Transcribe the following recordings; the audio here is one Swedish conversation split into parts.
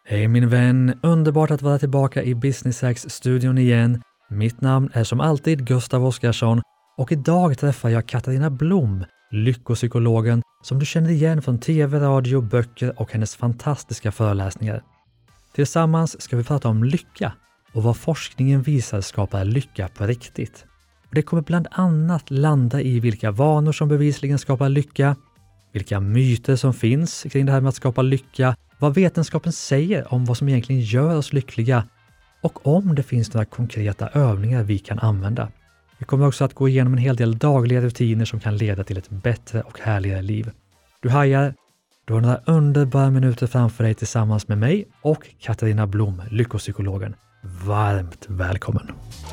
Hej min vän, underbart att vara tillbaka i Business Hacks-studion igen. Mitt namn är som alltid Gustav Oskarsson och idag träffar jag Katarina Blom, lyckopsykologen som du känner igen från tv, radio, böcker och hennes fantastiska föreläsningar. Tillsammans ska vi prata om lycka och vad forskningen visar skapar lycka på riktigt. Och det kommer bland annat landa i vilka vanor som bevisligen skapar lycka, vilka myter som finns kring det här med att skapa lycka, vad vetenskapen säger om vad som egentligen gör oss lyckliga och om det finns några konkreta övningar vi kan använda. Vi kommer också att gå igenom en hel del dagliga rutiner som kan leda till ett bättre och härligare liv. Du hajar, du har några underbara minuter framför dig tillsammans med mig och Katarina Blom, lyckopsykologen. Varmt välkommen!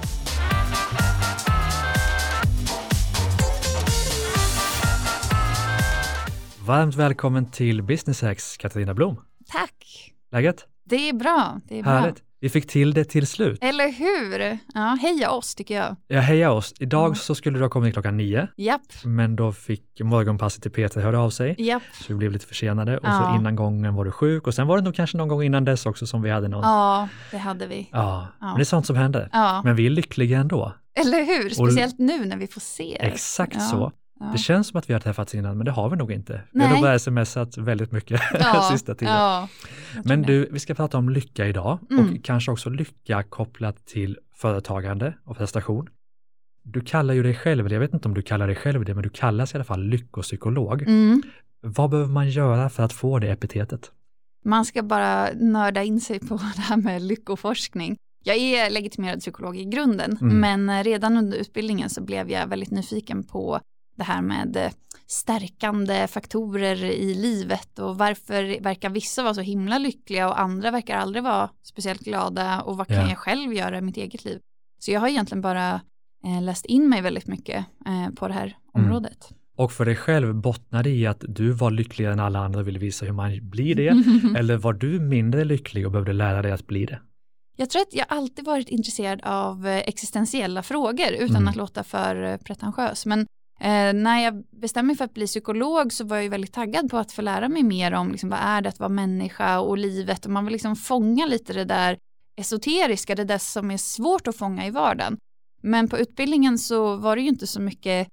Varmt välkommen till Business Hacks, Katarina Blom. Tack! Läget? Det är bra, det är Härligt. bra. Vi fick till det till slut. Eller hur? Ja, heja oss tycker jag. Ja, heja oss. Idag så skulle du ha kommit klockan 9. Japp. Men då fick morgonpasset till Peter höra av sig. Japp. Så vi blev lite försenade. Och så innan gången var du sjuk. Och sen var det nog kanske någon gång innan dess också som vi hade någon. Ja, det hade vi. Ja, men det är sånt som händer. Ja. Men vi är lyckliga ändå. Eller hur? Speciellt nu när vi får se. Exakt så. Ja. Det känns som att vi har träffats innan, men det har vi nog inte. Vi Nej. har nog bara smsat väldigt mycket sista tiden. Ja, men du, vi ska prata om lycka idag och kanske också lycka kopplat till företagande och prestation. Du kallar ju dig själv, jag vet inte om du kallar dig själv det, men du kallas i alla fall lyckopsykolog. Vad behöver man göra för att få det epitetet? Man ska bara nörda in sig på det här med lyckoforskning. Jag är legitimerad psykolog i grunden, men redan under utbildningen så blev jag väldigt nyfiken på det här med stärkande faktorer i livet och varför verkar vissa vara så himla lyckliga och andra verkar aldrig vara speciellt glada och vad kan jag själv göra i mitt eget liv. Så jag har egentligen bara läst in mig väldigt mycket på det här området. Och för dig själv bottnade i att du var lyckligare än alla andra och ville visa hur man blir det eller var du mindre lycklig och behövde lära dig att bli det? Jag tror att jag alltid varit intresserad av existentiella frågor utan att låta för pretentiös. Men när jag bestämde mig för att bli psykolog så var jag väldigt taggad på att få lära mig mer om liksom, vad är det att vara människa och livet. Och man vill liksom fånga lite det där esoteriska, det där som är svårt att fånga i vardagen. Men på utbildningen så var det ju inte så mycket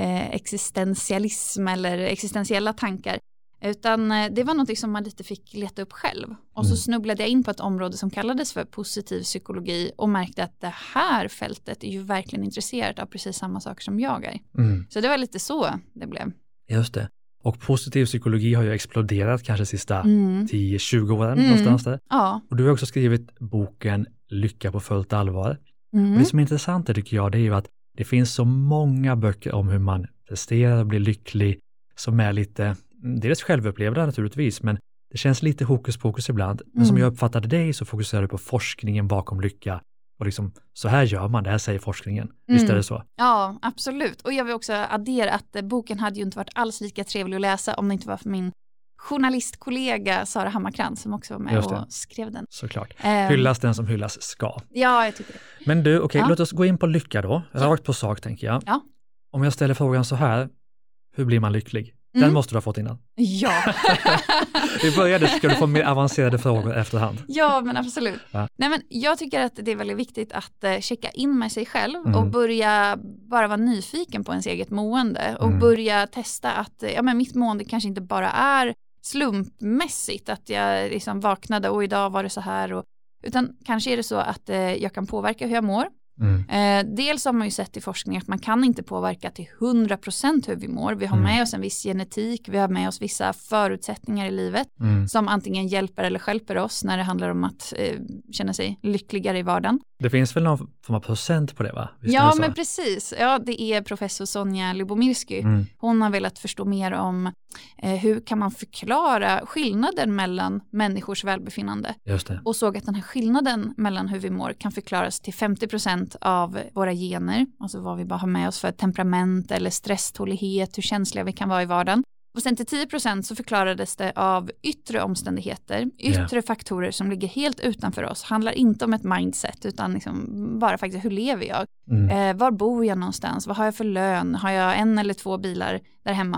existentialism eller existentiella tankar. Utan det var något som man lite fick leta upp själv. Och så snubblade jag in på ett område som kallades för positiv psykologi och märkte att det här fältet är ju verkligen intresserat av precis samma saker som jag är. Så det var lite så det blev. Just det. Och positiv psykologi har ju exploderat kanske sista 10-20 åren någonstans där. Ja. Och du har också skrivit boken Lycka på fullt allvar. Och det som är intressant tycker jag det är ju att det finns så många böcker om hur man presterar och blir lycklig som är lite, dels självupplevda naturligtvis, men det känns lite hokus pokus ibland. Men som jag uppfattade dig så fokuserar du på forskningen bakom lycka. Och liksom, så här gör man, det här säger forskningen. Visst är det så? Ja, absolut. Och jag vill också addera att boken hade ju inte varit alls lika trevlig att läsa om det inte var för min journalistkollega Sara Hammarkrans som också var med och skrev den. Såklart. Hyllas den som hyllas ska. Ja, jag tycker det. Men du, okej, låt oss gå in på lycka då. Rakt på sak tänker jag. Ja. Om jag ställer frågan så här, hur blir man lycklig? Den måste du ha fått innan. Ja. Vi började, ska du få mer avancerade frågor efterhand? Ja, men absolut. Ja. Nej, men jag tycker att det är väldigt viktigt att checka in med sig själv och börja bara vara nyfiken på ens eget mående och börja testa att mitt mående kanske inte bara är slumpmässigt, att jag liksom vaknade och idag var det så här. Utan kanske är det så att jag kan påverka hur jag mår. Dels har man ju sett i forskning att man kan inte påverka till 100% hur vi mår. Vi har med oss en viss genetik, vi har med oss vissa förutsättningar i livet som antingen hjälper eller stjälper oss när det handlar om att känna sig lyckligare i vardagen. Det finns väl någon form av procent på det va? Visst ja, men precis. Ja, det är professor Sonja Lyubomirsky. Hon har velat förstå mer om hur kan man förklara skillnaden mellan människors välbefinnande. Just det. Och såg att den här skillnaden mellan hur vi mår kan förklaras till 50% av våra gener. Alltså vad vi bara har med oss för temperament eller stresstålighet, hur känsliga vi kan vara i vardagen. Och sen till 10% så förklarades det av yttre omständigheter, yttre faktorer som ligger helt utanför oss. Handlar inte om ett mindset utan liksom bara faktiskt hur lever jag? Var bor jag någonstans? Vad har jag för lön? Har jag 1 eller 2 bilar där hemma?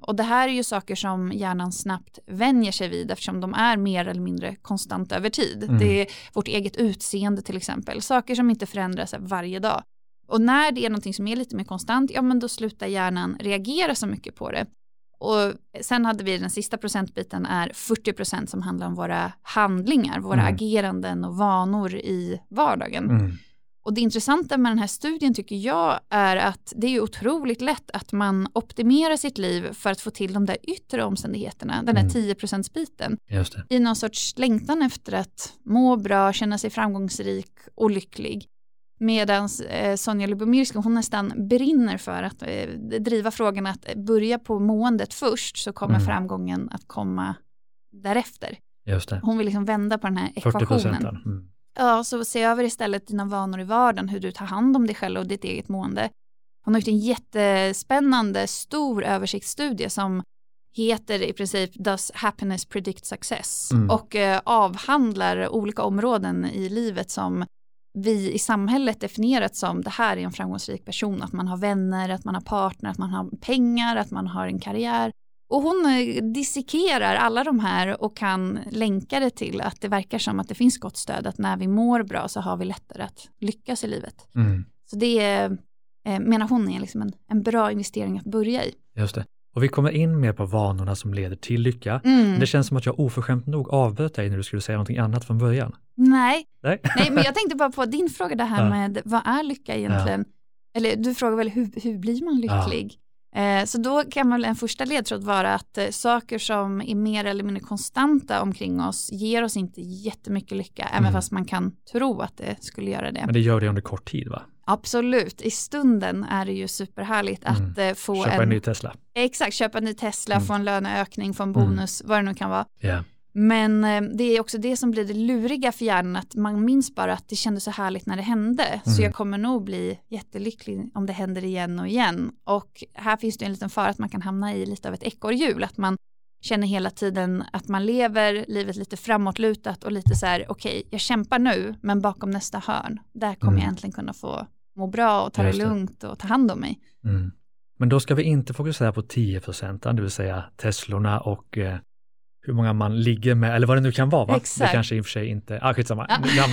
Och det här är ju saker som hjärnan snabbt vänjer sig vid eftersom de är mer eller mindre konstant över tid. Det är vårt eget utseende till exempel. Saker som inte förändras varje dag. Och när det är någonting som är lite mer konstant, ja men då slutar hjärnan reagera så mycket på det. Och sen hade vi den sista procentbiten är 40% som handlar om våra handlingar, våra ageranden och vanor i vardagen. Och det intressanta med den här studien tycker jag är att det är otroligt lätt att man optimerar sitt liv för att få till de där yttre omständigheterna, den här 10%-biten. Just det. I någon sorts längtan efter att må bra, känna sig framgångsrik och lycklig. Medan Sonja Lyubomirsky, hon nästan brinner för att driva frågan att börja på måendet först så kommer framgången att komma därefter. Just det. Hon vill liksom vända på den här ekvationen. 40%. Ja, så se över istället dina vanor i vardagen, hur du tar hand om dig själv och ditt eget mående. Hon har gjort en jättespännande, stor översiktsstudie som heter i princip Does Happiness Predict Success? Och avhandlar olika områden i livet som vi i samhället definierat som det här är en framgångsrik person. Att man har vänner, att man har partner, att man har pengar, att man har en karriär. Och hon dissekerar alla de här och kan länka det till att det verkar som att det finns gott stöd. Att när vi mår bra så har vi lättare att lyckas i livet. Så det är, menar hon är liksom en bra investering att börja i. Just det. Och vi kommer in mer på vanorna som leder till lycka. Men det känns som att jag oförskämt nog avbröt dig när du skulle säga någonting annat från början. Nej, men jag tänkte bara på din fråga det här med vad är lycka egentligen? Eller du frågar väl hur blir man lycklig? Så då kan väl en första ledtråd vara att saker som är mer eller mindre konstanta omkring oss ger oss inte jättemycket lycka, även fast man kan tro att det skulle göra det. Men det gör det under kort tid, va? Absolut, i stunden är det ju superhärligt att få köpa en ny Tesla. Exakt, köpa en ny Tesla, få en löneökning, få en bonus, vad det nu kan vara. Yeah. Men det är också det som blir det luriga för hjärnan, att man minns bara att det kändes så härligt när det hände. Så jag kommer nog bli jättelycklig om det händer igen och igen. Och här finns det en liten fara att man kan hamna i lite av ett ekorrhjul, att man känner hela tiden att man lever livet lite framåtlutat och lite så här, okej, jag kämpar nu, men bakom nästa hörn, där kommer jag äntligen kunna få må bra och ta det lugnt och ta hand om mig. Men då ska vi inte fokusera på 10%, det vill säga Teslorna och hur många man ligger med, eller vad det nu kan vara, va? Exakt. Det kanske i och för sig inte, skitsamma.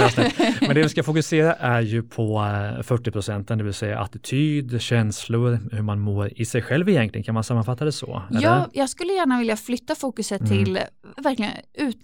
Men det vi ska fokusera är ju på 40%, det vill säga attityd, känslor, hur man mår i sig själv egentligen. Kan man sammanfatta det så? Eller? Ja, jag skulle gärna vilja flytta fokuset till verkligen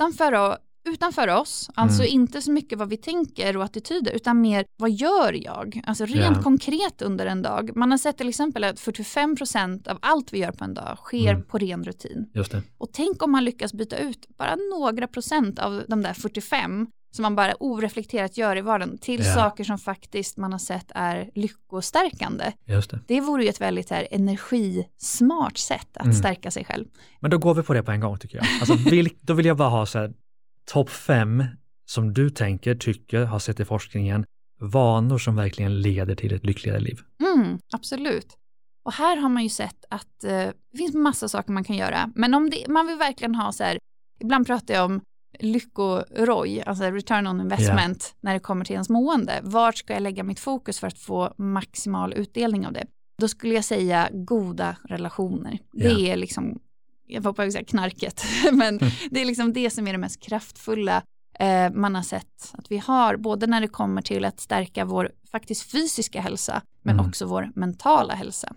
utanför oss, alltså inte så mycket vad vi tänker och attityder, utan mer vad gör jag? Alltså rent konkret under en dag. Man har sett till exempel att 45% av allt vi gör på en dag sker på ren rutin. Just det. Och tänk om man lyckas byta ut bara några procent av de där 45 som man bara oreflekterat gör i vardagen till saker som faktiskt man har sett är lyckostärkande. Just det. Det vore ju ett väldigt här energismart sätt att stärka sig själv. Men då går vi på det på en gång, tycker jag. Alltså, då vill jag bara ha så här topp 5 som du tycker, har sett i forskningen, vanor som verkligen leder till ett lyckligare liv. Absolut. Och här har man ju sett att det finns massa saker man kan göra. Men om man vill verkligen ha så här, ibland pratar jag om lycko-ROI, alltså return on investment, när det kommer till ens mående. Vart ska jag lägga mitt fokus för att få maximal utdelning av det? Då skulle jag säga goda relationer. Det är liksom, jag får på säga knarket, men det är liksom det som är det mest kraftfulla man har sett att vi har, både när det kommer till att stärka vår faktiskt fysiska hälsa, men också vår mentala hälsa.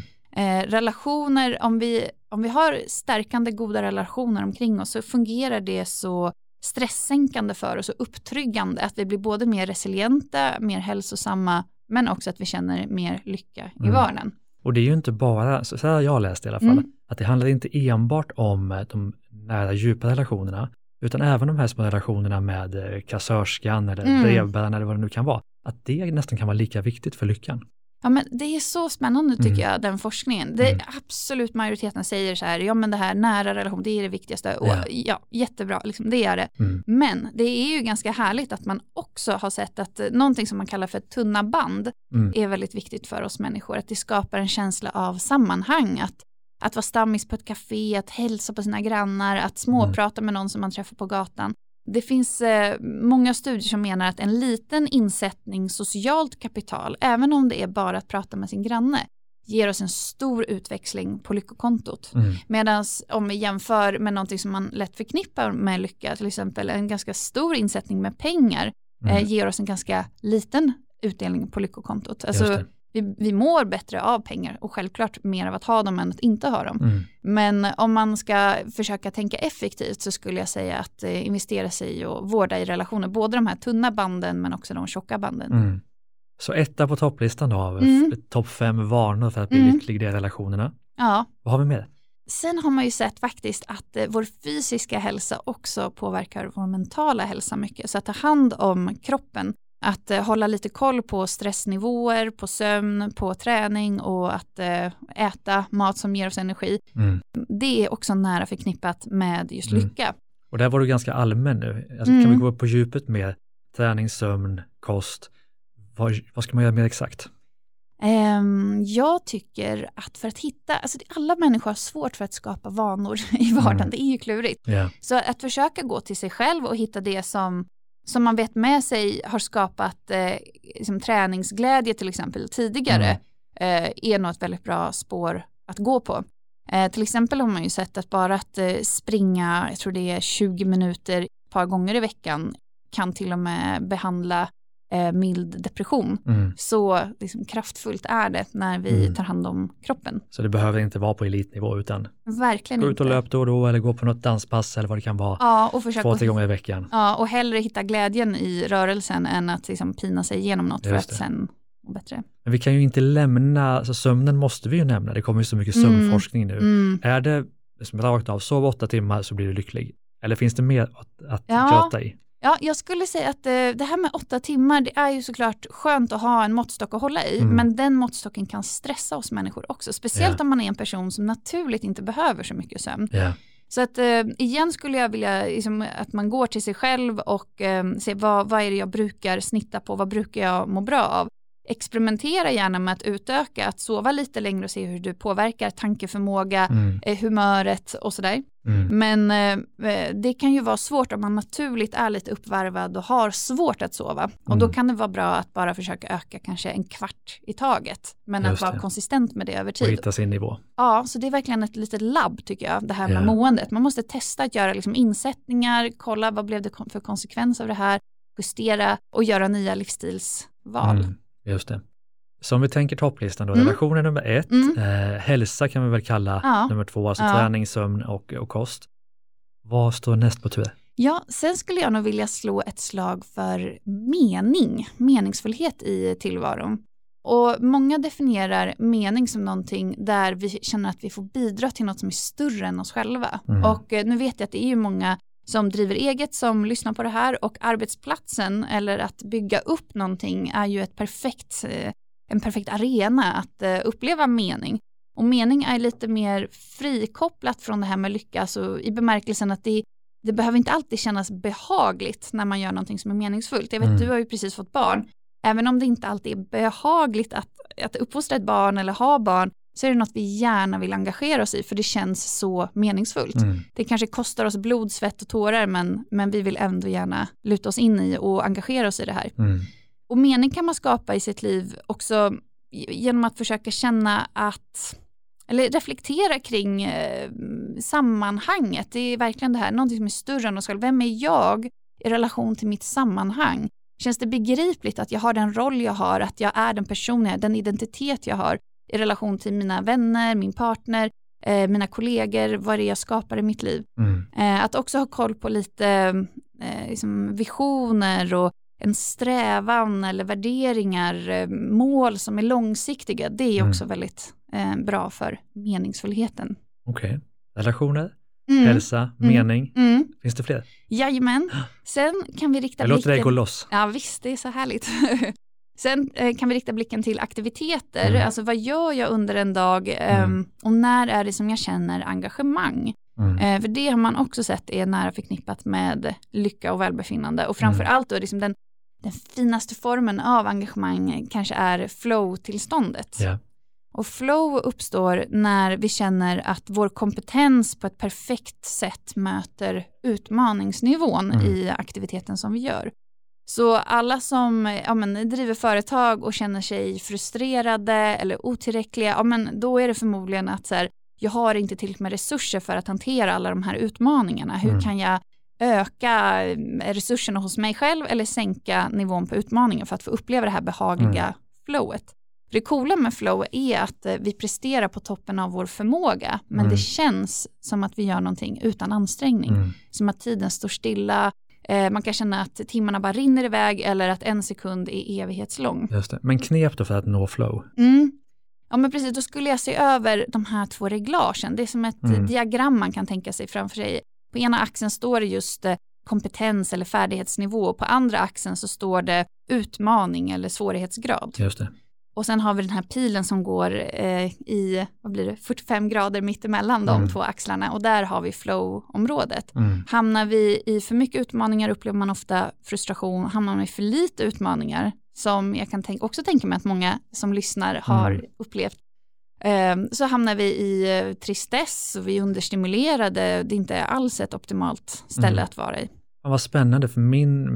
Relationer, om vi har stärkande goda relationer omkring oss, så fungerar det så stresssänkande för oss och upptryggande att vi blir både mer resilienta, mer hälsosamma, men också att vi känner mer lycka i vardagen. Och det är ju inte bara, så här jag läst i alla fall, att det handlar inte enbart om de nära djupa relationerna, utan även de här små relationerna med kassörskan eller brevbäraren eller vad det nu kan vara. Att det nästan kan vara lika viktigt för lyckan. Ja, men det är så spännande tycker jag, den forskningen. Det absolut majoriteten säger så här, ja men det här nära relation, det är det viktigaste. Och ja, jättebra, liksom, det är det. Men det är ju ganska härligt att man också har sett att någonting som man kallar för tunna band är väldigt viktigt för oss människor. Att det skapar en känsla av sammanhang, att vara stammis på ett café, att hälsa på sina grannar, att småprata med någon som man träffar på gatan. Det finns många studier som menar att en liten insättning socialt kapital, även om det är bara att prata med sin granne, ger oss en stor utväxling på lyckokontot. Medan om vi jämför med någonting som man lätt förknippar med lycka, till exempel en ganska stor insättning med pengar, ger oss en ganska liten utdelning på lyckokontot. Alltså vi mår bättre av pengar och självklart mer av att ha dem än att inte ha dem. Men om man ska försöka tänka effektivt så skulle jag säga att investera sig i och vårda i relationer. Både de här tunna banden men också de tjocka banden. Så 1 på topplistan då av topp 5 vanor för att bli lycklig i relationerna. Ja. Vad har vi med? Sen har man ju sett faktiskt att vår fysiska hälsa också påverkar vår mentala hälsa mycket. Så att ta hand om kroppen, att hålla lite koll på stressnivåer, på sömn, på träning och att äta mat som ger oss energi. Det är också nära förknippat med just lycka. Och där var du ganska allmän nu. Alltså, kan vi gå på djupet med träning, sömn, kost? Vad ska man göra mer exakt? Jag tycker att för att hitta, alltså alla människor har svårt för att skapa vanor i vardagen, det är ju klurigt. Så att försöka gå till sig själv och hitta det som man vet med sig har skapat liksom träningsglädje till exempel tidigare är nog ett väldigt bra spår att gå på. Till exempel har man ju sett att bara att springa, jag tror det är 20 minuter ett par gånger i veckan kan till och med behandla mild depression. Så liksom kraftfullt är det när vi tar hand om kroppen. Så det behöver inte vara på elitnivå utan verkligen gå ut och löp då eller gå på något danspass eller vad det kan vara. Ja, och försöka 2-3 gånger i veckan. Ja, och hellre hitta glädjen i rörelsen än att liksom pina sig igenom något för att sen må bättre. Men vi kan ju inte lämna, så sömnen måste vi ju nämna. Det kommer ju så mycket sömnforskning nu. Är det som rakt av, sov 8 timmar så blir du lycklig? Eller finns det mer att prata i? Ja, jag skulle säga att det här med 8 timmar, det är ju såklart skönt att ha en måttstock att hålla i. Men den måttstocken kan stressa oss människor också. Speciellt om man är en person som naturligt inte behöver så mycket sömn. Så att igen skulle jag vilja liksom, att man går till sig själv och se vad är det jag brukar snitta på, vad brukar jag må bra av. Experimentera gärna med att utöka, att sova lite längre och se hur du påverkar tankeförmåga, humöret och sådär. Men det kan ju vara svårt om man naturligt är lite uppvarvad och har svårt att sova. Och då kan det vara bra att bara försöka öka kanske 1 kvart i taget. Men att vara konsistent med det över tid. Och hitta sin nivå. Ja, så det är verkligen ett litet labb tycker jag, det här med måendet. Man måste testa att göra liksom insättningar, kolla vad blev det för konsekvens av det här, justera och göra nya livsstilsval. Just det. Så om vi tänker topplistan då, relationen nummer 1, hälsa kan vi väl kalla nummer 2, alltså träning, sömn och kost. Vad står näst på tur? Ja, sen skulle jag nog vilja slå ett slag för meningsfullhet i tillvaron. Och många definierar mening som någonting där vi känner att vi får bidra till något som är större än oss själva. Och nu vet jag att det är ju många som driver eget som lyssnar på det här, och arbetsplatsen eller att bygga upp någonting är ju en perfekt arena att uppleva mening. Och mening är lite mer frikopplat från det här med lycka, alltså i bemärkelsen att det behöver inte alltid kännas behagligt när man gör någonting som är meningsfullt. Jag vet, du har ju precis fått barn. Även om det inte alltid är behagligt att uppfostra ett barn eller ha barn, så är det något vi gärna vill engagera oss i, för det känns så meningsfullt. Det kanske kostar oss blod, svett och tårar, men vi vill ändå gärna luta oss in i och engagera oss i det här. Och mening kan man skapa i sitt liv också genom att försöka känna eller reflektera kring sammanhanget. Det är verkligen det här, någonting som är större än oss själv. Vem är jag i relation till mitt sammanhang? Känns det begripligt att jag har den roll jag har, att jag är den person jag är, den identitet jag har i relation till mina vänner, min partner, mina kollegor, vad det är jag skapar i mitt liv. Att också ha koll på lite liksom visioner och en strävan eller värderingar, mål som är långsiktiga, det är också väldigt bra för meningsfullheten. Okej. Relationer, hälsa, mening. Finns det fler? Jajamän. Sen kan vi rikta blicken... Jag låter dig gå loss. Ja visst, det är så härligt. Sen kan vi rikta blicken till aktiviteter. Alltså vad gör jag under en dag och när är det som jag känner engagemang? För det har man också sett är nära förknippat med lycka och välbefinnande. Och framförallt då liksom den finaste formen av engagemang kanske är flow-tillståndet. Och flow uppstår när vi känner att vår kompetens på ett perfekt sätt möter utmaningsnivån i aktiviteten som vi gör. Så alla som driver företag och känner sig frustrerade eller otillräckliga, då är det förmodligen att så här, jag har inte tillräckligt med resurser för att hantera alla de här utmaningarna. Hur kan jag öka resurserna hos mig själv eller sänka nivån på utmaningen för att få uppleva det här behagliga flowet? Det coola med flow är att vi presterar på toppen av vår förmåga, men det känns som att vi gör någonting utan ansträngning. Som att tiden står stilla. Man kan känna att timmarna bara rinner iväg eller att en sekund är evighetslång. Just det. Men knep då för att nå flow? Ja, men precis. Då skulle jag se över de här 2 reglagen. Det är som ett diagram man kan tänka sig framför sig. På ena axeln står det just kompetens eller färdighetsnivå. På andra axeln så står det utmaning eller svårighetsgrad. Just det. Och sen har vi den här pilen som går i 45 grader mittemellan de 2 axlarna. Och där har vi flow-området. Hamnar vi i för mycket utmaningar upplever man ofta frustration. Hamnar man i för lite utmaningar, som jag kan också tänka mig att många som lyssnar har upplevt, så hamnar vi i tristess och vi är understimulerade. Det är inte alls ett optimalt ställe att vara i. Ja, vad spännande, för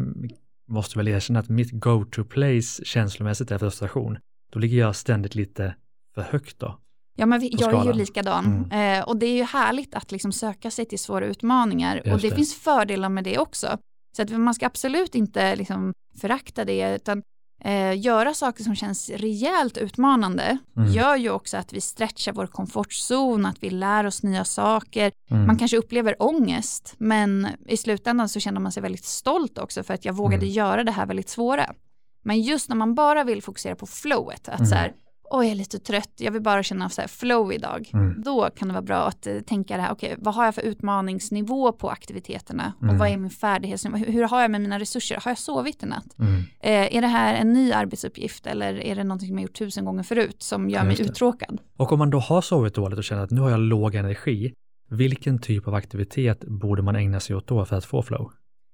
måste väl erkänna att mitt go-to-place känslomässigt är frustration. Då ligger jag ständigt lite för högt då. Ja, men jag är ju likadan. Och det är ju härligt att liksom söka sig till svåra utmaningar. Och det finns fördelar med det också. Så att man ska absolut inte liksom förakta det, utan göra saker som känns rejält utmanande gör ju också att vi stretchar vår komfortzon, att vi lär oss nya saker. Man kanske upplever ångest, men i slutändan så känner man sig väldigt stolt också för att jag vågade göra det här väldigt svåra. Men just när man bara vill fokusera på flowet, att så här, jag är lite trött, jag vill bara känna så här flow idag. Då kan det vara bra att tänka det här, okej, vad har jag för utmaningsnivå på aktiviteterna? Och vad är min färdighetsnivå? Hur har jag med mina resurser? Har jag sovit i natt? Är det här en ny arbetsuppgift eller är det någonting som jag gjort 1000 gånger förut som gör mig uttråkad? Och om man då har sovit dåligt och känner att nu har jag låg energi, vilken typ av aktivitet borde man ägna sig åt då för att få flow?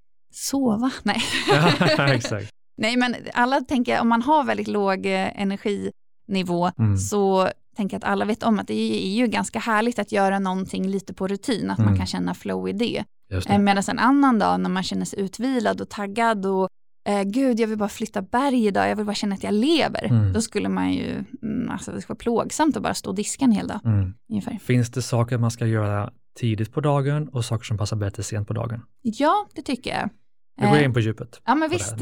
Sova? Nej. Ja, exakt. Nej, men alla tänker, om man har väldigt låg energinivå så tänker jag att alla vet om att det är ju ganska härligt att göra någonting lite på rutin, att man kan känna flow i det. Medan en annan dag när man känner sig utvilad och taggad och gud, jag vill bara flytta berg idag, jag vill bara känna att jag lever. Då skulle man ju, det skulle vara plågsamt att bara stå och diska en hel dag. Ungefär. Finns det saker man ska göra tidigt på dagen och saker som passar bättre sent på dagen? Ja, det tycker jag. Vi går in på djupet. Ja, men visst.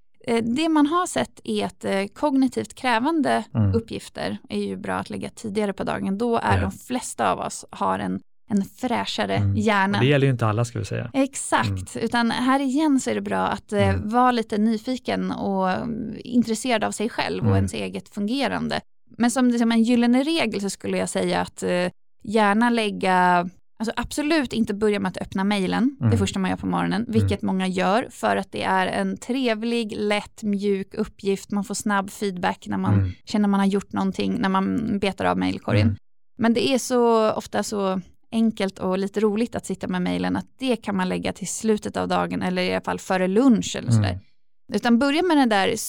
Det man har sett är att kognitivt krävande uppgifter är ju bra att lägga tidigare på dagen. Då är de flesta av oss har en fräschare hjärna. Och det gäller ju inte alla, ska vi säga. Exakt, utan här igen så är det bra att vara lite nyfiken och intresserad av sig själv och ens eget fungerande. Men som en gyllene regel så skulle jag säga att gärna lägga... Alltså absolut inte börja med att öppna mejlen det första man gör på morgonen, vilket många gör för att det är en trevlig, lätt, mjuk uppgift. Man får snabb feedback när man känner man har gjort någonting, när man betar av mejlkorgen. Men det är så ofta så enkelt och lite roligt att sitta med mejlen att det kan man lägga till slutet av dagen eller i alla fall före lunch eller sådär. Utan börja med den där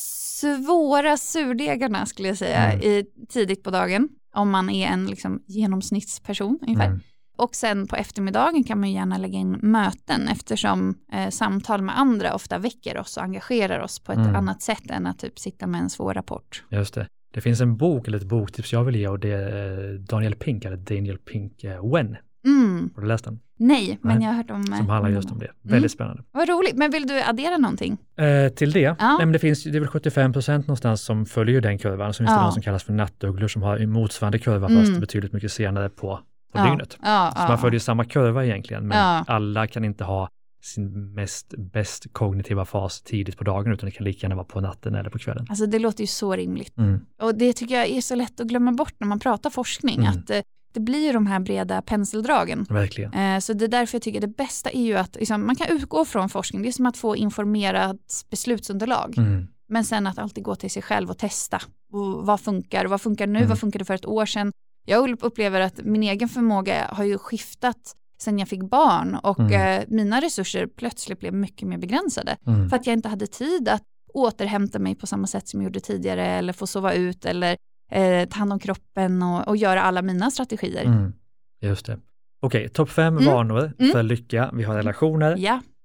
svåra surdegarna skulle jag säga tidigt på dagen om man är en liksom genomsnittsperson ungefär. Och sen på eftermiddagen kan man gärna lägga in möten eftersom samtal med andra ofta väcker oss och engagerar oss på ett annat sätt än att typ sitta med en svår rapport. Just det. Det finns en bok eller ett boktips jag vill ge och det är Daniel Pink When. Har du läst den? Nej, men jag har hört om... Som handlar just om det. Väldigt spännande. Vad roligt. Men vill du addera någonting? Till det? Nej, men det är väl 75% någonstans som följer den kurvan. Så finns det någon som kallas för nattugglor som har motsvarande kurva fast betydligt mycket senare på dygnet. Så man följer samma kurva egentligen, men alla kan inte ha sin bäst kognitiva fas tidigt på dagen utan det kan lika gärna vara på natten eller på kvällen. Alltså det låter ju så rimligt. Och det tycker jag är så lätt att glömma bort när man pratar forskning, att det blir ju de här breda penseldragen. Verkligen. Så det är därför jag tycker det bästa är ju att liksom, man kan utgå från forskning. Det är som att få informerat beslutsunderlag. Men sen att alltid gå till sig själv och testa. Och vad funkar nu? Vad funkade för ett år sedan? Jag upplever att min egen förmåga har ju skiftat sen jag fick barn och mina resurser plötsligt blev mycket mer begränsade. För att jag inte hade tid att återhämta mig på samma sätt som jag gjorde tidigare eller få sova ut eller ta hand om kroppen och göra alla mina strategier. Just det. Okej, topp 5 vanor för lycka. Vi har relationer,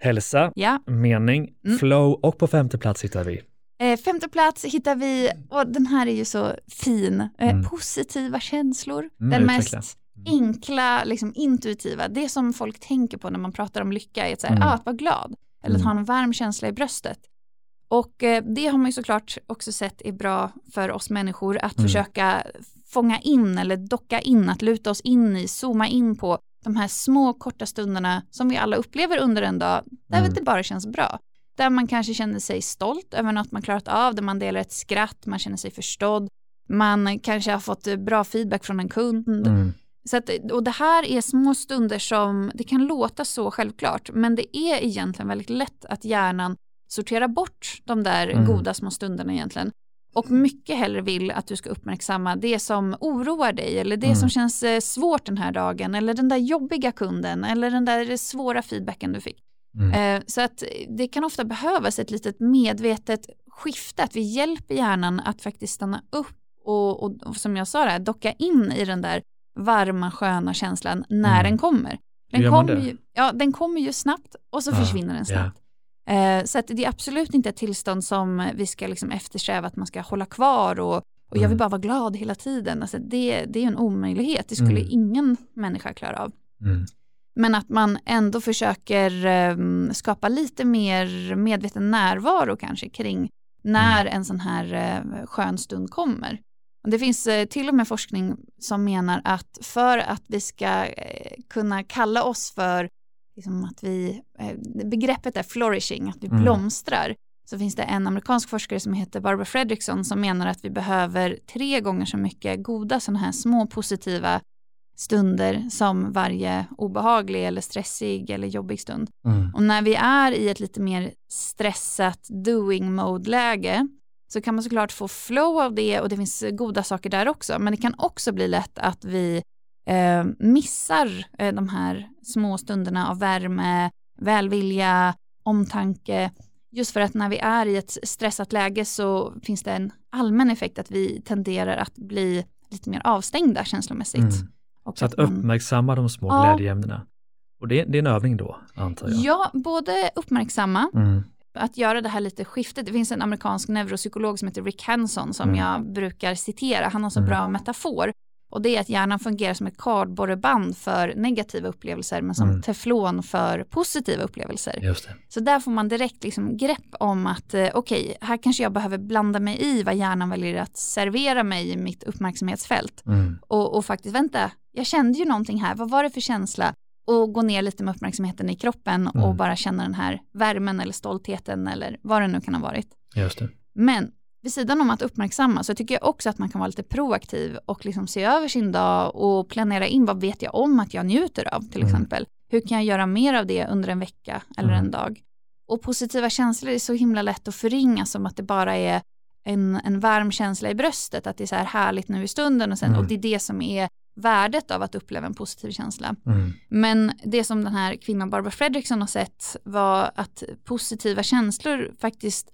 Hälsa, mening, flow och på 5:e plats hittar vi. 5:e plats hittar vi, och den här är ju så fin, positiva känslor. Den mest enkla, liksom intuitiva. Det som folk tänker på när man pratar om lycka är att vara glad. Eller att ha en varm känsla i bröstet. Och det har man ju såklart också sett är bra för oss människor. Att försöka fånga in eller docka in, att luta oss in i, zooma in på de här små korta stunderna som vi alla upplever under en dag. Där det bara känns bra. Där man kanske känner sig stolt över något man klarat av. Där man delar ett skratt, man känner sig förstådd. Man kanske har fått bra feedback från en kund. Så att, och det här är små stunder som, det kan låta så självklart, men det är egentligen väldigt lätt att hjärnan sorterar bort de där goda små stunderna egentligen. Och mycket hellre vill att du ska uppmärksamma det som oroar dig, eller det som känns svårt den här dagen, eller den där jobbiga kunden, eller den där svåra feedbacken du fick. Så att det kan ofta behövas ett litet medvetet skifte, att vi hjälper hjärnan att faktiskt stanna upp och som jag sa där, docka in i den där varma, sköna känslan när den kommer. Den kommer ju snabbt och så försvinner den snabbt. Så att det är absolut inte ett tillstånd som vi ska liksom eftersträva att man ska hålla kvar och jag vill bara vara glad hela tiden. Alltså det är en omöjlighet. Det skulle ingen människa klara av. Men att man ändå försöker skapa lite mer medveten närvaro kanske kring när en sån här skön stund kommer. Och det finns till och med forskning som menar att för att vi ska kunna kalla oss för liksom att begreppet är flourishing, att vi blomstrar, så finns det en amerikansk forskare som heter Barbara Fredrickson som menar att vi behöver 3 gånger så mycket goda sådana här små positiva stunder som varje obehaglig eller stressig eller jobbig stund. Och när vi är i ett lite mer stressat doing mode-läge så kan man såklart få flow av det, och det finns goda saker där också, men det kan också bli lätt att vi missar de här små stunderna av värme, välvilja, omtanke, just för att när vi är i ett stressat läge så finns det en allmän effekt att vi tenderar att bli lite mer avstängda känslomässigt. Och så att uppmärksamma de små glädjeämnena. Och det är en övning då, antar jag. Ja, både uppmärksamma, att göra det här lite skiftet. Det finns en amerikansk neuropsykolog som heter Rick Hanson som jag brukar citera. Han har så bra metafor. Och det är att hjärnan fungerar som ett kardborreband för negativa upplevelser men som teflon för positiva upplevelser. Just det. Så där får man direkt liksom grepp om att okej, här kanske jag behöver blanda mig i vad hjärnan väljer att servera mig i mitt uppmärksamhetsfält. Och faktiskt, vänta, jag kände ju någonting här. Vad var det för känsla? Och gå ner lite med uppmärksamheten i kroppen och bara känna den här värmen eller stoltheten eller vad det nu kan ha varit. Just det. Men vid sidan om att uppmärksamma så tycker jag också att man kan vara lite proaktiv och liksom se över sin dag och planera in vad vet jag om att jag njuter av till exempel. Hur kan jag göra mer av det under en vecka eller en dag? Och positiva känslor är så himla lätt att förringa som att det bara är en varm känsla i bröstet, att det är så här härligt nu i stunden och det är det som är värdet av att uppleva en positiv känsla. Men det som den här kvinnan Barbara Fredrickson har sett var att positiva känslor faktiskt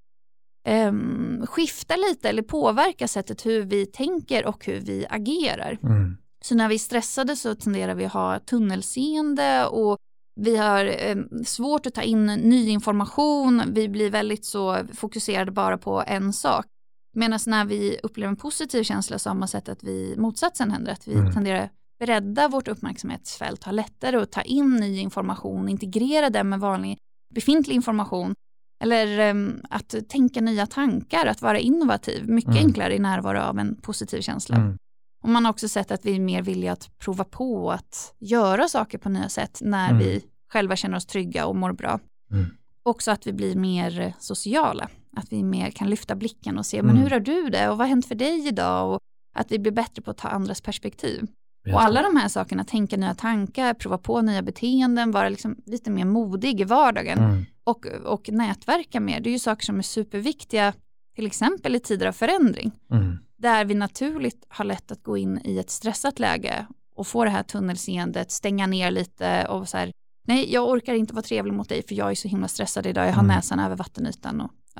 skifta lite eller påverka sättet hur vi tänker och hur vi agerar. Så när vi är stressade så tenderar vi att ha tunnelseende och vi har svårt att ta in ny information. Vi blir väldigt så fokuserade bara på en sak. Medan när vi upplever en positiv känsla så har man sett att motsatsen händer. Att vi tenderar att bredda vårt uppmärksamhetsfält, ha lättare att ta in ny information, integrera den med vanlig befintlig information. Eller att tänka nya tankar, att vara innovativ. Mycket enklare i närvaro av en positiv känsla. Och man har också sett att vi är mer villiga att prova på att göra saker på nya sätt när vi själva känner oss trygga och mår bra. Också att vi blir mer sociala. Att vi mer kan lyfta blicken och se, men hur har du det? Och vad har hänt för dig idag? Och att vi blir bättre på att ta andras perspektiv. Och alla de här sakerna, tänka nya tankar, prova på nya beteenden, vara liksom lite mer modig i vardagen och nätverka mer. Det är ju saker som är superviktiga, till exempel i tider av förändring. Där vi naturligt har lätt att gå in i ett stressat läge och få det här tunnelseendet, stänga ner lite och så här, nej, jag orkar inte vara trevlig mot dig för jag är så himla stressad idag, jag har näsan över vattenytan. Och, ja.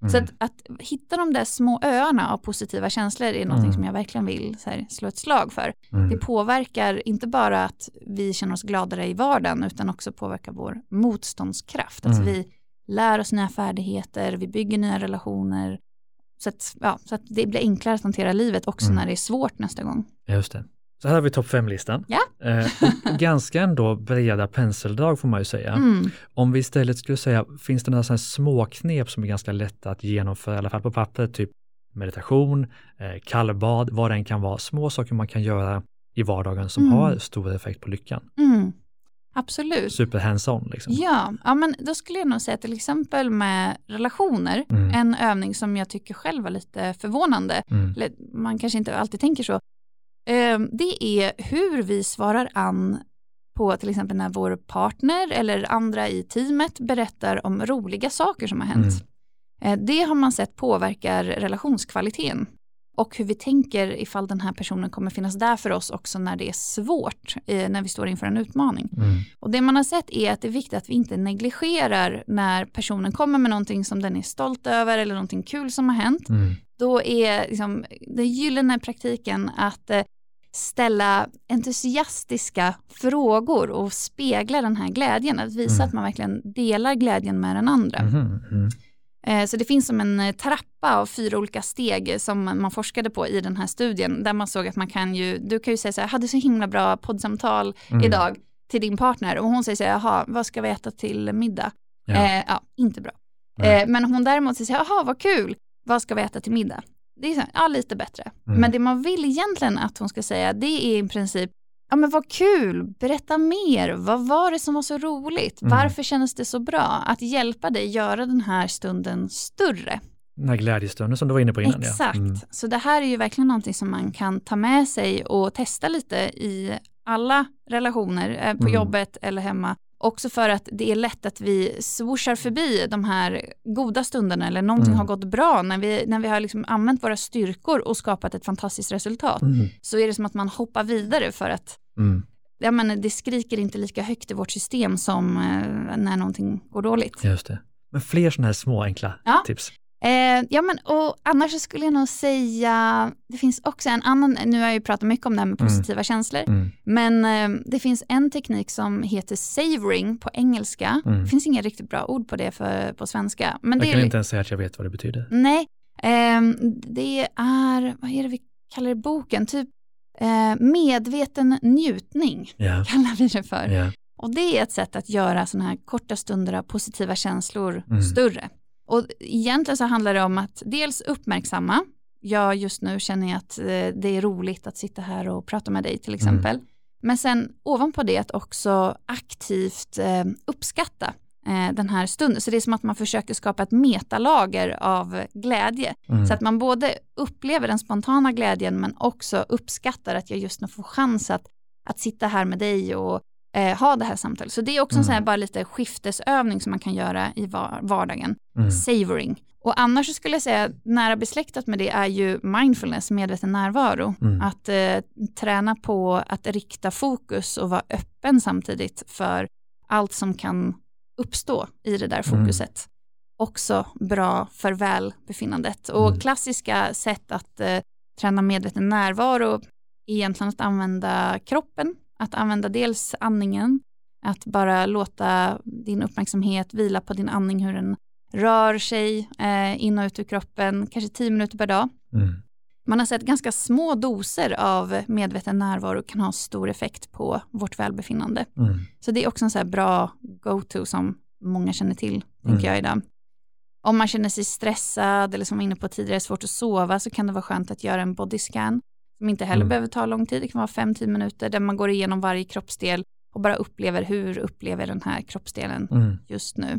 Så att hitta de där små öarna av positiva känslor är något som jag verkligen vill slå ett slag för. Det påverkar inte bara att vi känner oss gladare i vardagen utan också påverkar vår motståndskraft. Att vi lär oss nya färdigheter, vi bygger nya relationer. Så att det blir enklare att hantera livet också när det är svårt nästa gång. Just det. Så här har vi topp 5-listan. Ja. Ganska ändå breda penseldrag får man ju säga. Om vi istället skulle säga, finns det några sådana små knep som är ganska lätta att genomföra, i alla fall på pappret, typ meditation, kallbad, vad den kan vara, små saker man kan göra i vardagen som har stor effekt på lyckan. Absolut. Super hands-on liksom. Ja, men då skulle jag nog säga till exempel med relationer, en övning som jag tycker själv var lite förvånande, man kanske inte alltid tänker så, det är hur vi svarar an på till exempel när vår partner eller andra i teamet berättar om roliga saker som har hänt. Det har man sett påverkar relationskvaliteten och hur vi tänker ifall den här personen kommer finnas där för oss också när det är svårt, när vi står inför en utmaning. Och det man har sett är att det är viktigt att vi inte negligerar när personen kommer med någonting som den är stolt över eller någonting kul som har hänt. Då är liksom den gyllene praktiken att ställa entusiastiska frågor och spegla den här glädjen. Att visa att man verkligen delar glädjen med den andra. Så det finns som en trappa av 4 olika steg som man forskade på i den här studien. Där man såg att du kan ju säga så här, jag hade så himla bra poddsamtal idag till din partner. Och hon säger så här, jaha, vad ska vi äta till middag? Inte bra. Men hon däremot säger så här, jaha, vad kul. Vad ska vi äta till middag? Det är så här, lite bättre. Men det man vill egentligen att hon ska säga, det är i princip, ja men vad kul, berätta mer. Vad var det som var så roligt? Varför kändes det så bra? Att hjälpa dig göra den här stunden större. Den här glädjestunden som du var inne på innan. Exakt. Så det här är ju verkligen någonting som man kan ta med sig och testa lite i alla relationer på jobbet eller hemma. Också för att det är lätt att vi swooshar förbi de här goda stunderna eller någonting har gått bra när vi har liksom använt våra styrkor och skapat ett fantastiskt resultat. Så är det som att man hoppar vidare för att det skriker inte lika högt i vårt system som när någonting går dåligt. Just det. Men fler sådana här små enkla tips. Och annars så skulle jag nog säga, det finns också en annan, nu har jag ju pratat mycket om det här med positiva känslor, men det finns en teknik som heter savoring på engelska. Det finns inga riktigt bra ord på det på svenska. Men jag kan inte ens säga att jag vet vad det betyder. Nej, det är, vad är det vi kallar det i boken? Typ medveten njutning kallar vi det för. Och det är ett sätt att göra sådana här korta stunder av positiva känslor större. Och egentligen så handlar det om att dels uppmärksamma. Jag just nu känner att det är roligt att sitta här och prata med dig till exempel. Men sen ovanpå det att också aktivt uppskatta den här stunden. Så det är som att man försöker skapa ett metalager av glädje. Så att man både upplever den spontana glädjen men också uppskattar att jag just nu får chans att sitta här med dig och ha det här samtalet. Så det är också en sån här bara lite skiftesövning som man kan göra i vardagen. Savoring. Och annars så skulle jag säga nära besläktat med det är ju mindfulness, medveten närvaro. Att träna på att rikta fokus och vara öppen samtidigt för allt som kan uppstå i det där fokuset. Också bra för välbefinnandet. Och klassiska sätt att träna medveten närvaro är egentligen att använda kroppen. Att använda dels andningen, att bara låta din uppmärksamhet vila på din andning, hur den rör sig in och ut ur kroppen, kanske 10 minuter per dag. Man har sett ganska små doser av medveten närvaro kan ha stor effekt på vårt välbefinnande. Så det är också en så här bra go-to som många känner till, tänker jag idag. Om man känner sig stressad eller som var inne på tidigare svårt att sova så kan det vara skönt att göra en bodyscan. Som inte heller behöver ta lång tid. Det kan vara 5-10 minuter där man går igenom varje kroppsdel och bara upplever den här kroppsdelen just nu.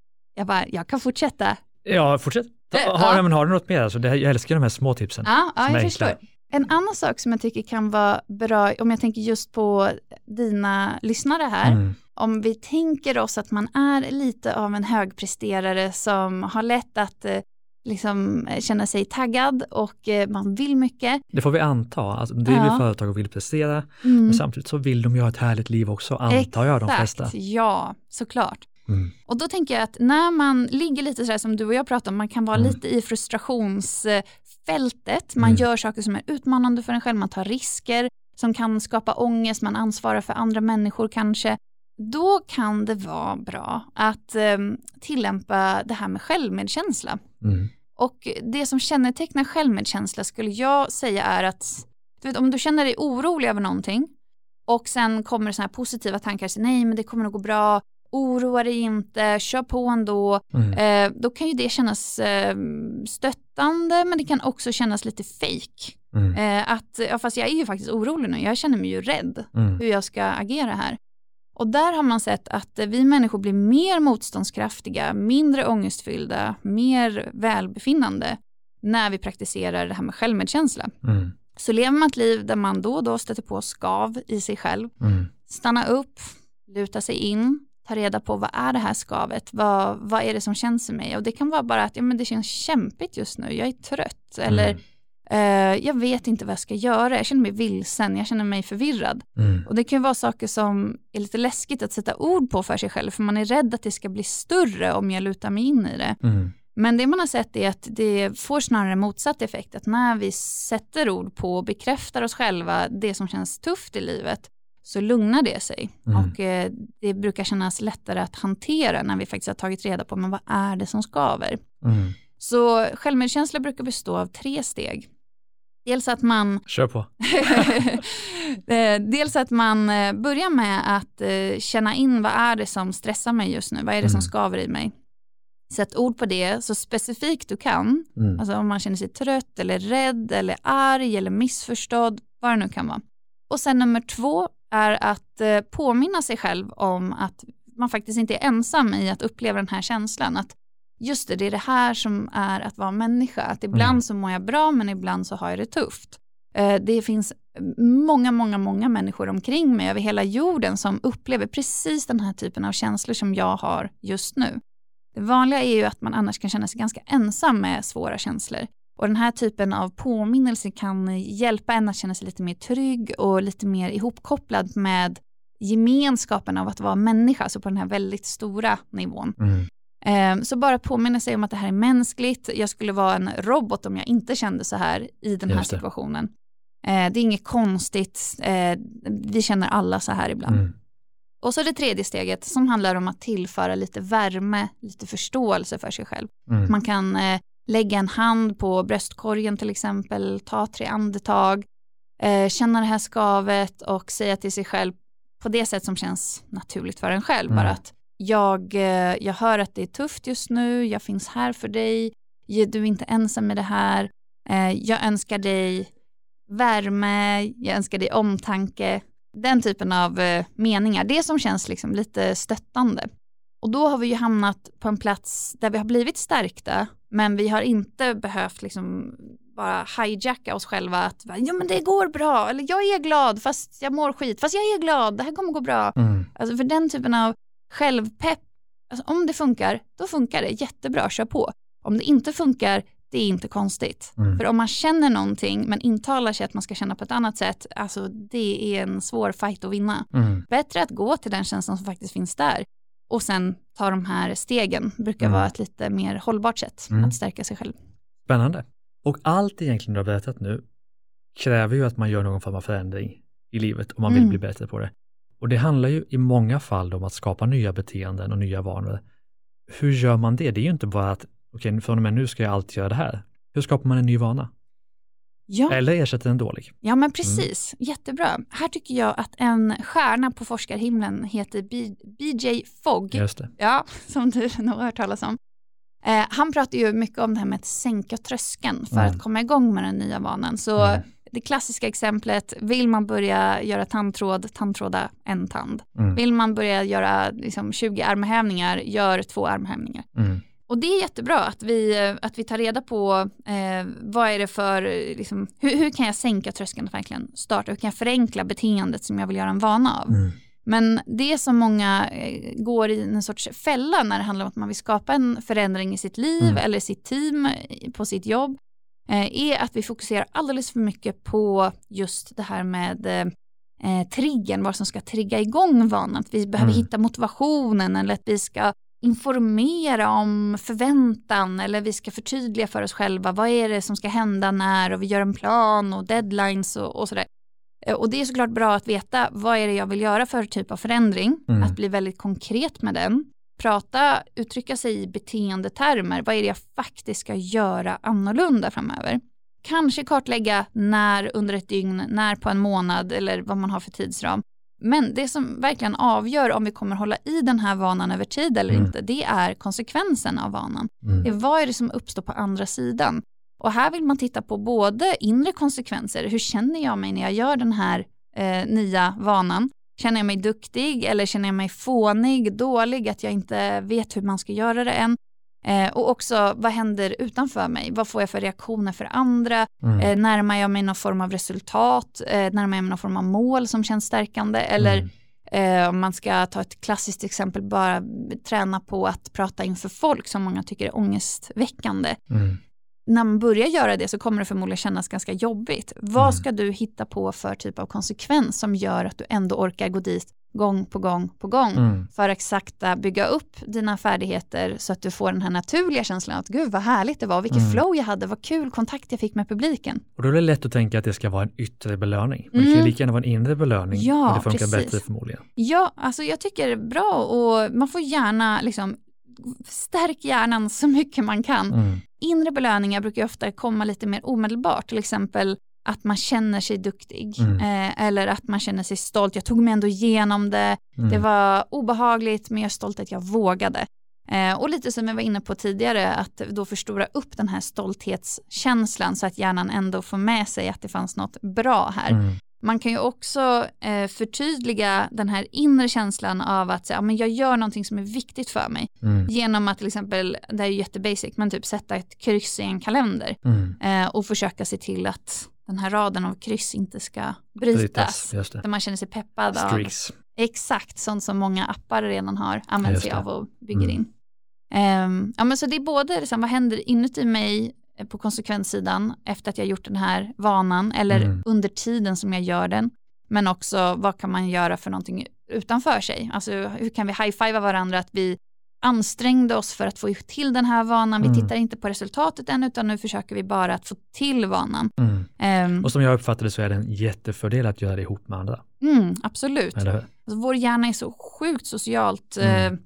Jag kan fortsätta. Ja, fortsätt. Har du något mer? Alltså, jag älskar de här små tipsen. Ja, jag förstår. En annan sak som jag tycker kan vara bra, om jag tänker just på dina lyssnare här. Om vi tänker oss att man är lite av en högpresterare som har lätt att liksom känna sig taggad och man vill mycket. Det får vi anta. Alltså, driver företag och vill prestera. Men samtidigt så vill de ju ha ett härligt liv också, antar jag de flesta. Ja, såklart. Och då tänker jag att när man ligger lite sådär som du och jag pratar om, man kan vara lite i frustrationsfältet, man gör saker som är utmanande för en själv, man tar risker som kan skapa ångest, man ansvarar för andra människor kanske. Då kan det vara bra att tillämpa det här med självmedkänsla. Och det som kännetecknar självmedkänsla skulle jag säga är att du vet, om du känner dig orolig över någonting och sen kommer såna här positiva tankar, så nej men det kommer nog gå bra, oroa dig inte, kör på ändå. Då kan ju det kännas stöttande, men det kan också kännas lite fake. Fast jag är ju faktiskt orolig nu, jag känner mig ju rädd hur jag ska agera här. Och där har man sett att vi människor blir mer motståndskraftiga, mindre ångestfyllda, mer välbefinnande när vi praktiserar det här med självmedkänsla. Så lever man ett liv där man då och då stöter på skav i sig själv, stanna upp, luta sig in, ta reda på vad är det här skavet, vad är det som känns i mig. Och det kan vara bara att men det känns kämpigt just nu, jag är trött eller jag vet inte vad jag ska göra, jag känner mig vilsen, jag känner mig förvirrad. Och det kan vara saker som är lite läskigt att sätta ord på för sig själv, för man är rädd att det ska bli större om jag lutar mig in i det. Men det man har sett är att det får snarare motsatt effekt, att när vi sätter ord på och bekräftar oss själva det som känns tufft i livet, så lugnar det sig. Och det brukar kännas lättare att hantera när vi faktiskt har tagit reda på men vad är det som skaver. Så självmedkänsla brukar bestå av 3 steg. Dels att man kör på. Dels att man börjar med att känna in vad är det som stressar mig just nu, vad är det som skaver i mig. Sätt ord på det så specifikt du kan. Alltså om man känner sig trött eller rädd eller arg eller missförstådd, vad det nu kan vara. Och sen nummer 2 är att påminna sig själv om att man faktiskt inte är ensam i att uppleva den här känslan. Att just det är det här som är att vara människa. Att ibland så mår jag bra, men ibland så har jag det tufft. Det finns många människor omkring mig över hela jorden som upplever precis den här typen av känslor som jag har just nu. Det vanliga är ju att man annars kan känna sig ganska ensam med svåra känslor. Och den här typen av påminnelse kan hjälpa en att känna sig lite mer trygg och lite mer ihopkopplad med gemenskapen av att vara människa, så på den här väldigt stora nivån. Så bara påminna sig om att det här är mänskligt. Jag skulle vara en robot om jag inte kände så här i den här situationen. Det är inget konstigt. Vi känner alla så här ibland. Och så det 3:e steget som handlar om att tillföra lite värme, lite förståelse för sig själv. Man kan lägga en hand på bröstkorgen till exempel, ta 3 andetag, känna det här skavet och säga till sig själv på det sätt som känns naturligt för en själv. Bara att jag hör att det är tufft just nu, jag finns här för dig, du är inte ensam med det här, jag önskar dig värme, jag önskar dig omtanke. Den typen av meningar, det som känns liksom lite stöttande. Och då har vi ju hamnat på en plats där vi har blivit stärkta, men vi har inte behövt liksom bara hijacka oss själva att ja men det går bra, eller jag är glad fast jag mår skit, fast jag är glad, det här kommer gå bra. Alltså för den typen av självpepp, alltså om det funkar, då funkar det jättebra, kör på. Om det inte funkar, det är inte konstigt. För om man känner någonting men intalar sig att man ska känna på ett annat sätt, alltså det är en svår fight att vinna. Bättre att gå till den känslan som faktiskt finns där och sen ta de här stegen brukar vara ett lite mer hållbart sätt att stärka sig själv. Spännande. Och allt egentligen du har berättat nu kräver ju att man gör någon form av förändring i livet om man vill bli bättre på det. Och det handlar ju i många fall om att skapa nya beteenden och nya vanor. Hur gör man det? Det är ju inte bara att okej, från och med nu ska jag alltid göra det här. Hur skapar man en ny vana? Ja. Eller ersätter en dålig? Ja, men precis. Jättebra. Här tycker jag att en stjärna på forskarhimlen heter BJ Fogg. Just det. Ja, som du nog har hört talas om. Han pratar ju mycket om det här med att sänka tröskeln för att komma igång med den nya vanan. Så det klassiska exemplet, vill man börja göra tandtråda en tand. Vill man börja göra liksom 20 armhävningar, gör 2 armhävningar. Och det är jättebra att vi tar reda på vad är det för, liksom, hur kan jag sänka tröskeln och verkligen starta, hur kan jag förenkla beteendet som jag vill göra en vana av. Men det som många går i en sorts fälla när det handlar om att man vill skapa en förändring i sitt liv eller sitt team på sitt jobb är att vi fokuserar alldeles för mycket på just det här med triggern, vad som ska trigga igång vanan. Att vi behöver hitta motivationen eller att vi ska informera om förväntan eller vi ska förtydliga för oss själva vad är det som ska hända när och vi gör en plan och deadlines och sådär. Och det är såklart bra att veta vad är det jag vill göra för typ av förändring. Att bli väldigt konkret med den. Uttrycka sig i beteendetermer. Vad är det jag faktiskt ska göra annorlunda framöver? Kanske kartlägga när under ett dygn, när på en månad eller vad man har för tidsram. Men det som verkligen avgör om vi kommer hålla i den här vanan över tid eller inte, det är konsekvensen av vanan. Det är vad är det som uppstår på andra sidan. Och här vill man titta på både inre konsekvenser. Hur känner jag mig när jag gör den här nya vanan? Känner jag mig duktig eller känner jag mig fånig, dålig, att jag inte vet hur man ska göra det än? Och också vad händer utanför mig? Vad får jag för reaktioner för andra? Närmar jag mig någon form av resultat? Närmar jag mig någon form av mål som känns stärkande? Eller om man ska ta ett klassiskt exempel, bara träna på att prata inför folk som många tycker är ångestväckande. När man börjar göra det så kommer det förmodligen kännas ganska jobbigt. Vad ska du hitta på för typ av konsekvens som gör att du ändå orkar gå dit gång på gång på gång för att sakta bygga upp dina färdigheter så att du får den här naturliga känslan att gud vad härligt det var, vilket flow jag hade, vad kul kontakt jag fick med publiken. Och då är det lätt att tänka att det ska vara en yttre belöning. Men det kan ju lika gärna vara en inre belöning och det funkar bättre förmodligen. Ja, alltså jag tycker det är bra och man får gärna liksom stärk hjärnan så mycket man kan. Inre belöningar brukar ofta komma lite mer omedelbart, till exempel att man känner sig duktig eller att man känner sig stolt. Jag tog mig ändå igenom det. Det var obehagligt men jag är stolt att jag vågade. Och lite som jag var inne på tidigare, att då förstora upp den här stolthetskänslan så att hjärnan ändå får med sig att det fanns något bra här. Man kan ju också förtydliga den här inre känslan av att säga, men jag gör någonting som är viktigt för mig. Genom att till exempel, det är ju jättebasic, men typ sätta ett kryss i en kalender. Och försöka se till att den här raden av kryss inte ska brytas. Där man känner sig peppad Streaks. av. Exakt, sånt som många appar redan har använt sig av och bygger in. Men så det är både liksom, vad händer inuti mig på konsekvenssidan efter att jag gjort den här vanan eller under tiden som jag gör den, men också vad kan man göra för någonting utanför sig, alltså hur kan vi high-fiva varandra att vi ansträngde oss för att få till den här vanan, vi tittar inte på resultatet än utan nu försöker vi bara att få till vanan. Och som jag uppfattade så är det en jättefördel att göra det ihop med andra. Absolut. Alltså, vår hjärna är så sjukt socialt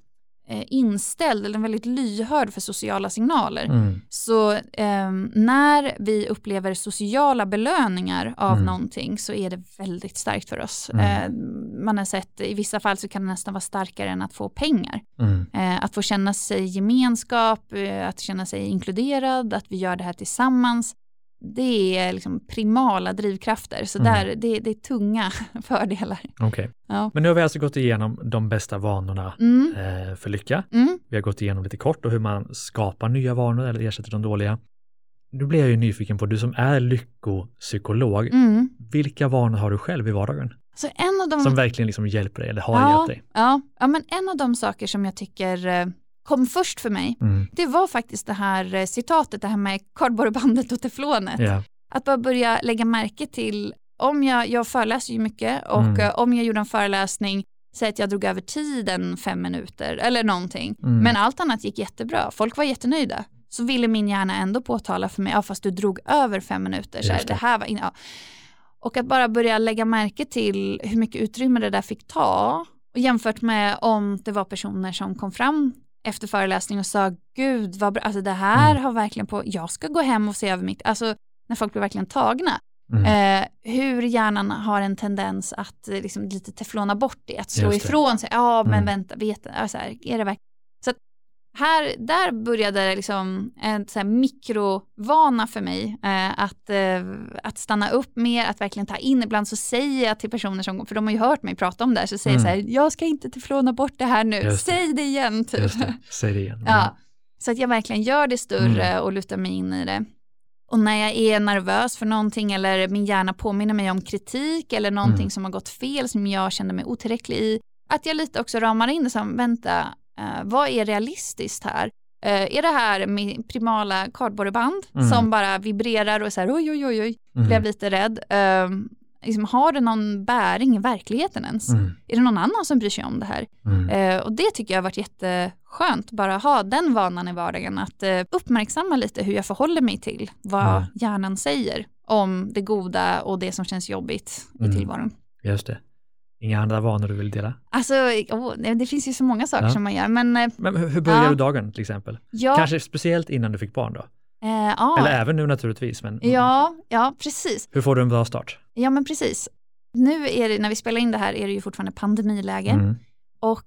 inställd eller väldigt lyhörd för sociala signaler. Så när vi upplever sociala belöningar av någonting så är det väldigt starkt för oss. Man har sett i vissa fall så kan det nästan vara starkare än att få pengar. Att få känna sig gemenskap, att känna sig inkluderad, att vi gör det här tillsammans. Det är liksom primala drivkrafter. Så där, det är tunga fördelar. Okej. Ja. Men nu har vi alltså gått igenom de bästa vanorna för lycka. Vi har gått igenom lite kort och hur man skapar nya vanor eller ersätter de dåliga. Nu blir jag ju nyfiken på, du som är lyckopsykolog, vilka vanor har du själv i vardagen? Så en av dem som verkligen liksom hjälper dig eller har hjälpt dig? Ja, men en av de saker som jag tycker kom först för mig, det var faktiskt det här citatet, det här med kardborrebandet och teflonet. Yeah. Att bara börja lägga märke till, om jag föreläser ju mycket och om jag gjorde en föreläsning, säg att jag drog över tiden 5 minuter eller någonting, men allt annat gick jättebra, folk var jättenöjda, så ville min hjärna ändå påtala för mig, fast du drog över 5 minuter, så det här var och att bara börja lägga märke till hur mycket utrymme det där fick ta, och jämfört med om det var personer som kom fram efter föreläsning och sa, gud vad bra, alltså det här har verkligen jag ska gå hem och se över mitt, alltså när folk blir verkligen tagna. Hur hjärnan har en tendens att liksom lite teflona bort det, att slå ifrån sig, men vänta, alltså här, är det verkligen. Så att där började det liksom en så här mikrovana för mig, att stanna upp mer, att verkligen ta in. Ibland så säger jag till personer som, för de har ju hört mig prata om det här, så säger jag så här, jag ska inte teflona bort det här nu, säg det igen typ. Säg det igen. Ja, så att jag verkligen gör det större och lutar mig in i det. Och när jag är nervös för någonting eller min hjärna påminner mig om kritik eller någonting som har gått fel som jag känner mig otillräcklig i, att jag lite också ramar in det som, vänta, vad är realistiskt här? Är det här min primala kardborreband som bara vibrerar och så här, oj, blev lite rädd? liksom, har det någon bäring i verkligheten ens? Är det någon annan som bryr sig om det här? Och det tycker jag har varit jätteskönt, bara ha den vanan i vardagen, att uppmärksamma lite hur jag förhåller mig till vad hjärnan säger om det goda och det som känns jobbigt i tillvaron. Just det. Inga andra vanor du vill dela? Alltså, det finns ju så många saker som man gör. Men hur börjar du dagen till exempel? Kanske speciellt innan du fick barn då? Eller även nu naturligtvis. Men, ja, precis. Hur får du en bra start? Ja, men precis. Nu är det, när vi spelar in det här, är det ju fortfarande pandemiläge. Och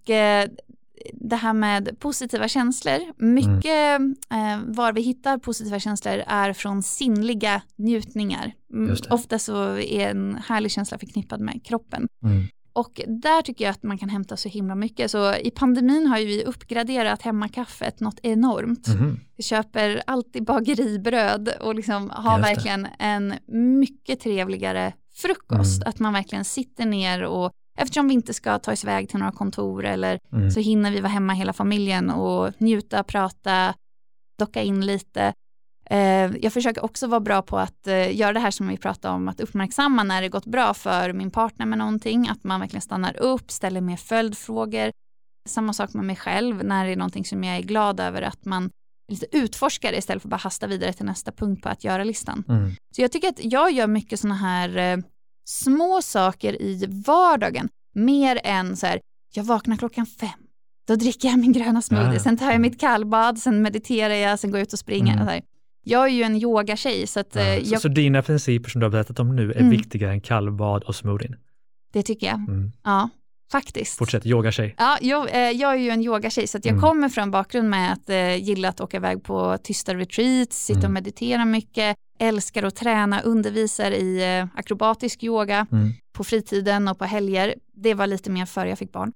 det här med positiva känslor, mycket var vi hittar positiva känslor är från sinnliga njutningar. Ofta så är en härlig känsla förknippad med kroppen. Och där tycker jag att man kan hämta så himla mycket. Så i pandemin har ju vi uppgraderat hemmakaffet något enormt. Vi köper alltid bageribröd och liksom har verkligen en mycket trevligare frukost. Att man verkligen sitter ner och eftersom vi inte ska ta oss iväg till några kontor eller så hinner vi vara hemma hela familjen och njuta, prata, docka in lite. Jag försöker också vara bra på att göra det här som vi pratade om, att uppmärksamma när det gått bra för min partner med någonting, att man verkligen stannar upp, ställer mer följdfrågor. Samma sak med mig själv, när det är någonting som jag är glad över, att man lite utforskar det istället för att bara hasta vidare till nästa punkt på att göra listan. Så jag tycker att jag gör mycket såna här små saker i vardagen, mer än så här, jag vaknar 5:00. Då dricker jag min gröna smoothie, sen tar jag mitt kallbad, sen mediterar jag, sen går jag ut och springer. Och så här. Jag är ju en yogatjej så att så dina principer som du har berättat om nu är viktigare än kallbad och smoothien? Det tycker jag. Ja, faktiskt. Fortsätt, yogatjej. Ja, jag är ju en yogatjej så att jag kommer från bakgrund med att gilla att åka iväg på tysta retreats, sitta och meditera mycket, älskar att träna, undervisar i akrobatisk yoga på fritiden och på helger. Det var lite mer före jag fick barn.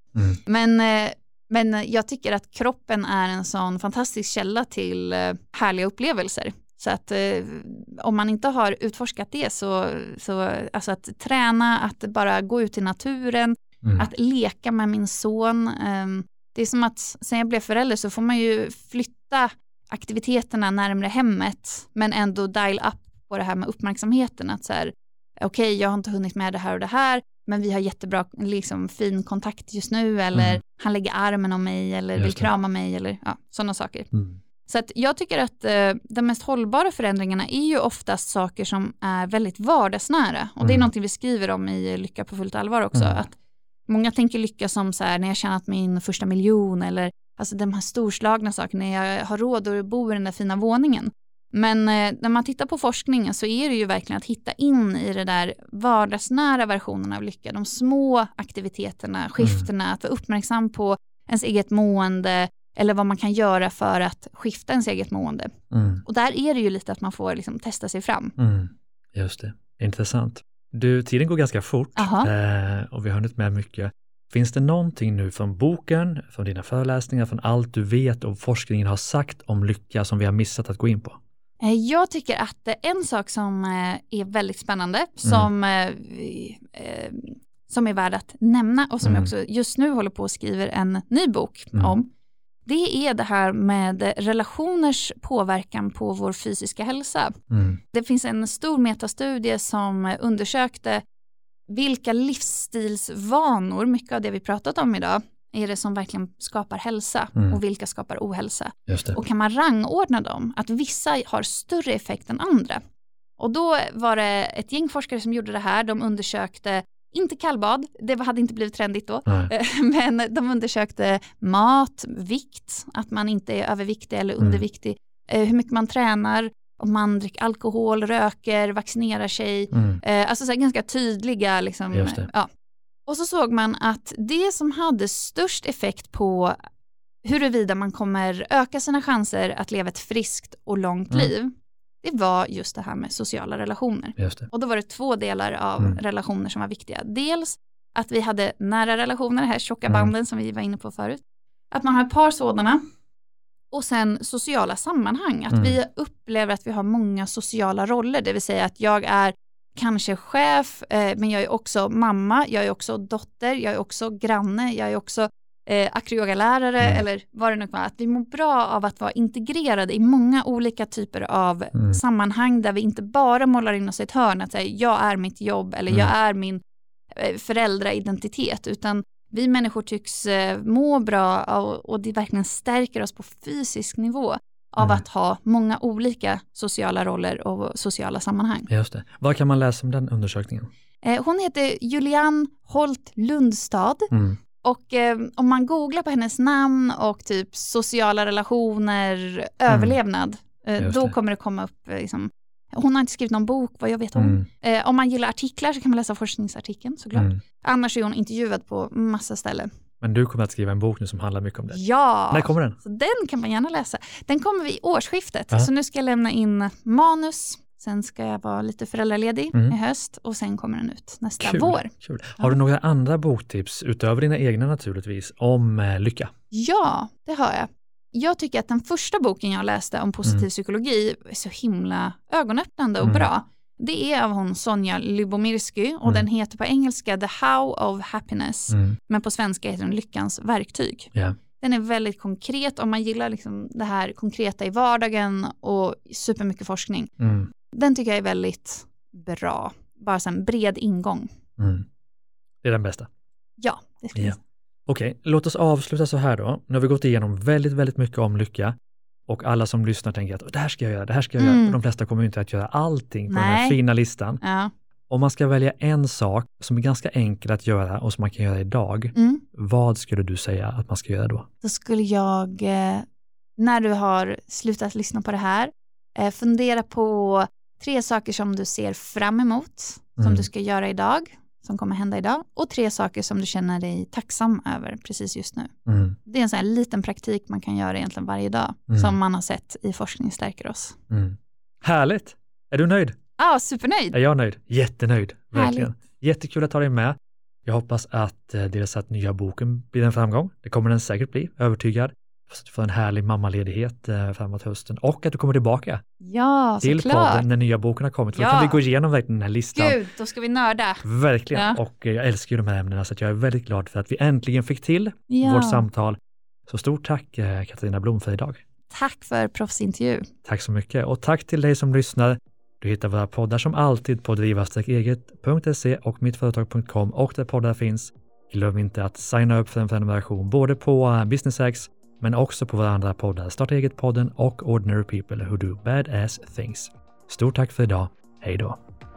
Men jag tycker att kroppen är en sån fantastisk källa till härliga upplevelser. Så att om man inte har utforskat det så alltså att träna, att bara gå ut i naturen, att leka med min son. Det är som att sen jag blev förälder så får man ju flytta aktiviteterna närmare hemmet men ändå dial up på det här med uppmärksamheten. Att så här, okej, jag har inte hunnit med det här och det här. Men vi har jättebra, liksom, fin kontakt just nu. Eller han lägger armen om mig. Eller vill krama mig. Eller sådana saker. Så att jag tycker att de mest hållbara förändringarna är ju oftast saker som är väldigt vardagsnära. Och det är någonting vi skriver om i Lycka på fullt allvar också. Att många tänker lycka som så här, när jag tjänat min första miljon. Eller alltså de här storslagna sakerna. När jag har råd att bo i den där fina våningen. Men när man tittar på forskningen så är det ju verkligen att hitta in i det där vardagsnära versionen av lycka. De små aktiviteterna, skiftena, att vara uppmärksam på ens eget mående eller vad man kan göra för att skifta ens eget mående. Och där är det ju lite att man får liksom testa sig fram. Just det, intressant. Tiden går ganska fort och vi har hunnit med mycket. Finns det någonting nu från boken, från dina föreläsningar, från allt du vet och forskningen har sagt om lycka som vi har missat att gå in på? Jag tycker att en sak som är väldigt spännande, som är värd att nämna och som jag också just nu håller på att skriva en ny bok om, det är det här med relationers påverkan på vår fysiska hälsa. Det finns en stor metastudie som undersökte vilka livsstilsvanor, mycket av det vi pratat om idag, är det som verkligen skapar hälsa och vilka skapar ohälsa. Och kan man rangordna dem, att vissa har större effekt än andra. Och då var det ett gäng forskare som gjorde det här. De undersökte, inte kallbad, det hade inte blivit trendigt då, men de undersökte mat, vikt, att man inte är överviktig eller underviktig, hur mycket man tränar, om man dricker alkohol, röker, vaccinerar sig. Alltså så här ganska tydliga liksom, Och så såg man att det som hade störst effekt på huruvida man kommer öka sina chanser att leva ett friskt och långt liv, det var just det här med sociala relationer. Och då var det 2 delar av relationer som var viktiga. Dels att vi hade nära relationer, det här tjocka banden som vi var inne på förut. Att man har ett par sådana. Och sen sociala sammanhang. Att vi upplever att vi har många sociala roller. Det vill säga att jag är kanske chef, men jag är också mamma, jag är också dotter, jag är också granne, jag är också akroyogalärare eller vad det nu var. Att vi mår bra av att vara integrerade i många olika typer av sammanhang där vi inte bara målar in oss i ett hörn att säga jag är mitt jobb eller jag är min föräldraidentitet, utan vi människor tycks må bra och det verkligen stärker oss på fysisk nivå av att ha många olika sociala roller och sociala sammanhang. Just det. Vad kan man läsa om den undersökningen? Hon heter Julianne Holt Lundstad och om man googlar på hennes namn och typ sociala relationer, överlevnad, då kommer det komma upp liksom. Hon har inte skrivit någon bok, vad jag vet om. Om man gillar artiklar så kan man läsa forskningsartikeln såklart. Annars är hon intervjuad på massa ställen. Men du kommer att skriva en bok nu som handlar mycket om det. Ja! När kommer den? Så den kan man gärna läsa. Den kommer vid årsskiftet. Så nu ska jag lämna in manus. Sen ska jag vara lite föräldraledig i höst. Och sen kommer den ut nästa vår. Kul. Har du några andra boktips utöver dina egna naturligtvis om lycka? Ja, det har jag. Jag tycker att den första boken jag läste om positiv psykologi är så himla ögonöppnande och bra. Det är av hon Sonja Lyubomirsky och den heter på engelska The How of Happiness. Men på svenska heter den Lyckans verktyg. Yeah. Den är väldigt konkret om man gillar liksom det här konkreta i vardagen och supermycket forskning. Den tycker jag är väldigt bra. Bara så en bred ingång. Det är den bästa? Ja, det skulle jag säga. Okej, låt oss avsluta så här då. Nu har vi gått igenom väldigt, väldigt mycket om lycka. Och alla som lyssnar tänker att det här ska jag göra, det här ska jag göra. Och de flesta kommer inte att göra allting på den här fina listan. Ja. Om man ska välja en sak som är ganska enkel att göra och som man kan göra idag, vad skulle du säga att man ska göra då? Då skulle jag, när du har slutat lyssna på det här, fundera på 3 saker som du ser fram emot, som du ska göra idag, som kommer hända idag, och 3 saker som du känner dig tacksam över precis just nu. Det är en sån här liten praktik man kan göra egentligen varje dag, som man har sett i forskning stärker oss. Härligt! Är du nöjd? Ja, supernöjd. Är jag nöjd? Jättenöjd, verkligen. Härligt. Jättekul att ha dig med. Jag hoppas att dels att nya boken blir en framgång. Det kommer den säkert bli, övertygad. Att du får en härlig mammaledighet framåt hösten och att du kommer tillbaka till podden när nya boken har kommit. Då kan vi gå igenom den här listan. Gud, då ska vi nörda. Verkligen, och jag älskar ju de här ämnena så att jag är väldigt glad för att vi äntligen fick till vårt samtal. Så stort tack Katarina Blom för idag. Tack för proffsintervju. Tack så mycket och tack till dig som lyssnar. Du hittar våra poddar som alltid på driva-eget.se och mittföretag.com och där poddar finns. Glöm inte att signa upp för en prenumeration både på BusinessX men också på våra andra poddar, Starta eget-podden och Ordinary People Who Do Badass Things. Stort tack för idag. Hej då!